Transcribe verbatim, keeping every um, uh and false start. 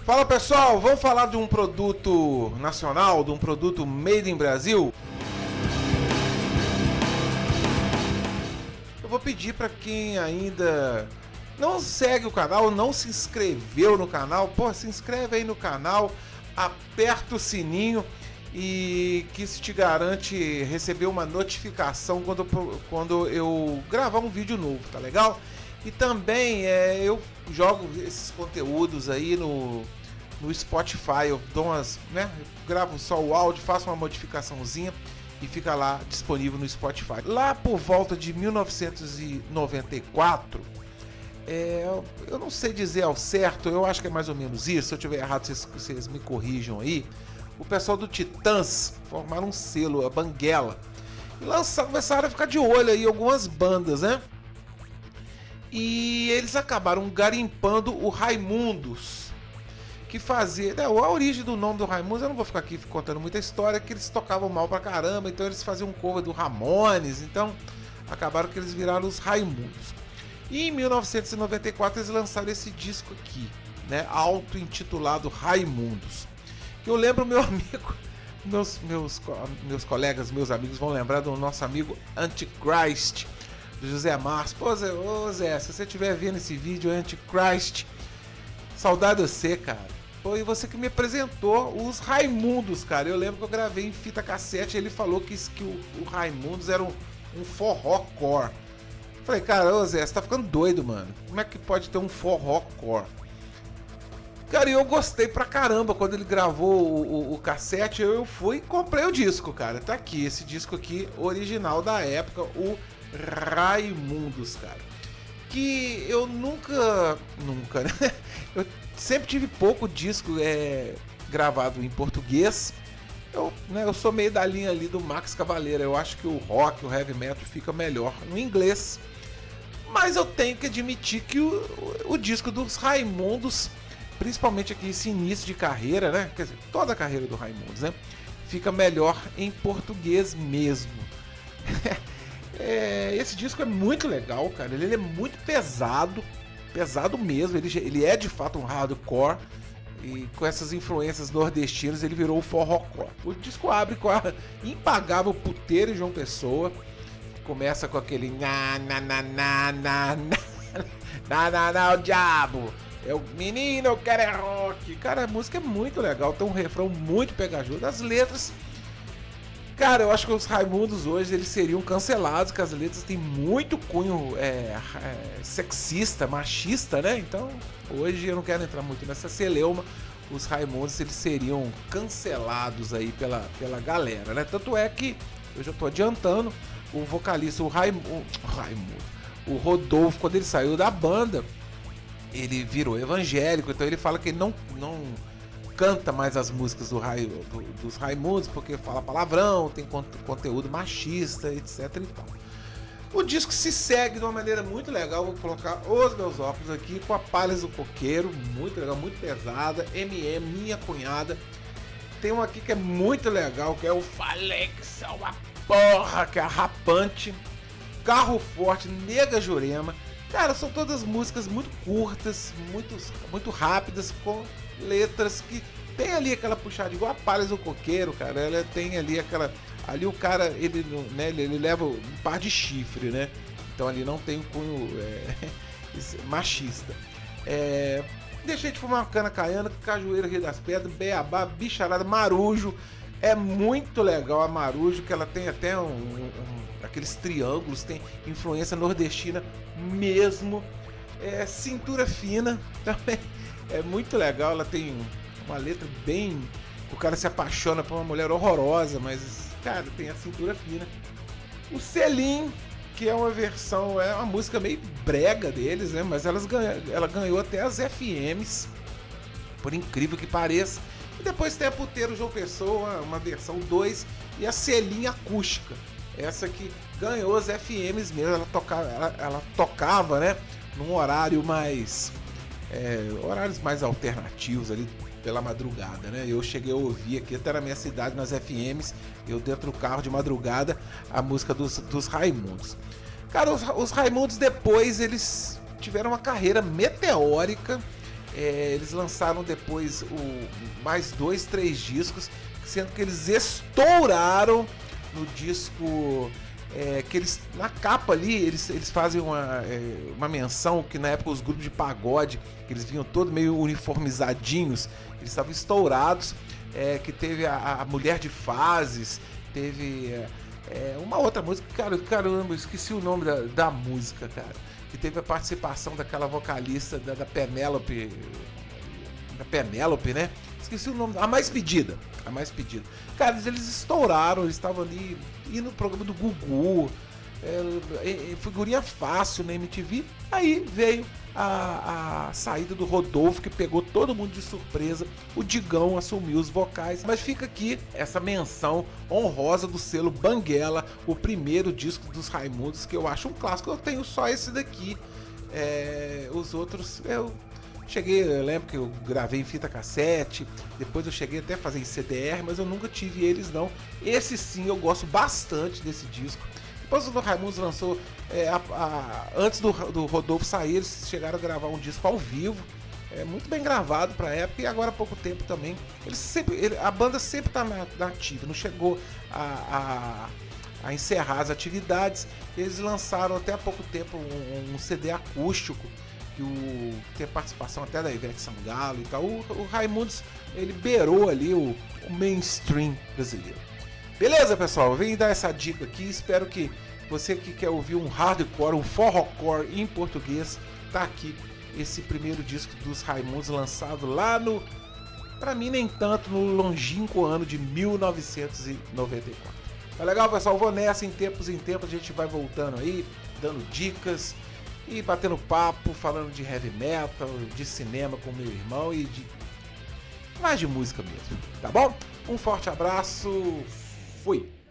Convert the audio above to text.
Fala pessoal, vamos falar de um produto nacional, de um produto made in Brasil? Eu vou pedir para quem ainda não segue o canal, não se inscreveu no canal, pô, se inscreve aí no canal, aperta o sininho e que isso te garante receber uma notificação quando, quando eu gravar um vídeo novo, tá legal? E também é, eu jogo esses conteúdos aí no, no Spotify, eu dou umas, né, eu gravo só o áudio, faço uma modificaçãozinha e fica lá disponível no Spotify. Lá por volta de mil novecentos e noventa e quatro, é, eu não sei dizer ao certo, eu acho que é mais ou menos isso, se eu tiver errado vocês, vocês me corrijam aí. O pessoal do Titãs formaram um selo, a Banguela, e lançaram, começaram a ficar de olho aí algumas bandas, né? E eles acabaram garimpando o Raimundos, que fazia... Né, a origem do nome do Raimundos, eu não vou ficar aqui contando muita história, que eles tocavam mal pra caramba, então eles faziam um cover do Ramones, então acabaram que eles viraram os Raimundos. E em mil novecentos e noventa e quatro eles lançaram esse disco aqui, né, auto-intitulado Raimundos. Que eu lembro meu amigo, meus, meus, meus colegas, meus amigos vão lembrar do nosso amigo Antichrist, do José Márcio. Pô, Zé, ô Zé, se você estiver vendo esse vídeo, Antichrist, saudade de você, cara. Pô, e você que me apresentou os Raimundos, cara. Eu lembro que eu gravei em fita cassete e ele falou que, que o, o Raimundos era um, um forró-core. Falei, cara, ô Zé, você tá ficando doido, mano. Como é que pode ter um forró-core? Cara, e eu gostei pra caramba quando ele gravou o, o, o cassete, eu fui e comprei o disco, cara. Tá aqui, esse disco aqui, original da época, o Raimundos, cara. Que eu nunca, nunca, né? Eu sempre tive pouco disco é, gravado em português. Eu, né, eu sou meio da linha ali do Max Cavaleira. Eu acho que o rock, o heavy metal fica melhor no inglês. Mas eu tenho que admitir que o, o, o disco dos Raimundos, principalmente aqui esse início de carreira, né? Quer dizer, toda a carreira do Raimundos, né? Fica melhor em português mesmo. É, esse disco é muito legal, cara. Ele, ele é muito pesado, pesado mesmo. Ele, ele é de fato um hardcore. E com essas influências nordestinas ele virou o forrocore. O disco abre com a impagável Puteiro e João Pessoa. Começa com aquele na na na na na na na na o diabo. É o menino, eu quero é rock. Cara, a música é muito legal, tem um refrão muito pegajoso. As letras, cara, eu acho que os Raimundos hoje eles seriam cancelados, porque as letras têm muito cunho é, é, sexista, machista, né? Então, hoje eu não quero entrar muito nessa celeuma. Os Raimundos eles seriam cancelados aí pela, pela galera, né? Tanto é que, eu já tô adiantando, o vocalista, o Raimundo, o Raimundo, o Rodolfo, quando ele saiu da banda, ele virou evangélico, então ele fala que ele não, não canta mais as músicas do Rai, do, dos Raimundos, porque fala palavrão, tem conteúdo machista, etc e tal. O disco se segue de uma maneira muito legal, vou colocar os meus óculos aqui, com a Palhas do Coqueiro, muito legal, muito pesada, M M, Minha Cunhada. Tem um aqui que é muito legal, que é o Falei que são uma porra, que é a Rapante, Carro Forte, Nega Jurema. Cara, são todas músicas muito curtas, muito, muito rápidas, com letras que tem ali aquela puxada, igual a Palhas do Coqueiro, cara. Ela tem ali aquela... Ali o cara, ele, né, ele, ele leva um par de chifre, né? Então ali não tem um cunho é, machista. É, Deixei de Fumar uma Cana Caiana, Cajueiro, Rio das Pedras, Beabá, Bicharada, Marujo. É muito legal a Marujo, que ela tem até um, um, aqueles triângulos, tem influência nordestina mesmo. É, Cintura Fina também é muito legal, ela tem uma letra bem... O cara se apaixona por uma mulher horrorosa, mas, cara, tem a Cintura Fina. O Selim, que é uma versão, é uma música meio brega deles, né? Mas elas ganha, ela ganhou até as F Ms, por incrível que pareça. E depois tem a Puteiro João Pessoa, uma versão dois, e a Selim Acústica. Essa que ganhou as F Ms mesmo, ela tocava, ela, ela tocava, né? Num horário mais... É, horários mais alternativos ali, pela madrugada, né? Eu cheguei a ouvir aqui até na minha cidade, nas F Ms, eu dentro do carro de madrugada, a música dos, dos Raimundos. Cara, os, os Raimundos depois, eles tiveram uma carreira meteórica É, eles lançaram depois o, mais dois, três discos, sendo que eles estouraram no disco. É, que eles, na capa ali, eles, eles fazem uma, é, uma menção que na época os grupos de pagode, que eles vinham todos meio uniformizadinhos, eles estavam estourados, é, que teve a, a Mulher de Fases, teve é, uma outra música, cara, caramba, eu esqueci o nome da, da música, cara, que teve a participação daquela vocalista da, da Penélope, da Penélope, né? Esqueci o nome, a Mais Pedida. A Mais Pedida. Cara, eles, eles estouraram, eles estavam ali, e no programa do Gugu, é, é, figurinha fácil na M T V. Aí veio a, a saída do Rodolfo, que pegou todo mundo de surpresa. O Digão assumiu os vocais. Mas fica aqui essa menção honrosa do selo Banguela, o primeiro disco dos Raimundos, que eu acho um clássico. Eu tenho só esse daqui. É, os outros eu cheguei, eu lembro que eu gravei em fita cassete, depois eu cheguei até a fazer em C D R, mas eu nunca tive eles não. Esse sim eu gosto bastante desse disco. Depois o Raimundos lançou, é, a, a, antes do, do Rodolfo sair, eles chegaram a gravar um disco ao vivo, é, muito bem gravado pra época, e agora há pouco tempo também. Eles sempre, ele, a banda sempre tá na, na ativa, não chegou a, a, a encerrar as atividades. Eles lançaram até há pouco tempo um, um C D acústico, que o, tem a participação até da Ivete Sangalo e tal. O, o Raimundos, ele beirou ali o, o mainstream brasileiro. Beleza, pessoal? Eu vim dar essa dica aqui. Espero que você que quer ouvir um hardcore, um forrocore em português, tá aqui esse primeiro disco dos Raimundos, lançado lá no, pra mim nem tanto, no longínquo ano de mil novecentos e noventa e quatro. Tá legal, pessoal? Eu vou nessa, em tempos em tempos a gente vai voltando aí, dando dicas e batendo papo, falando de heavy metal, de cinema com meu irmão e de mais de música mesmo, tá bom? Um forte abraço, fui!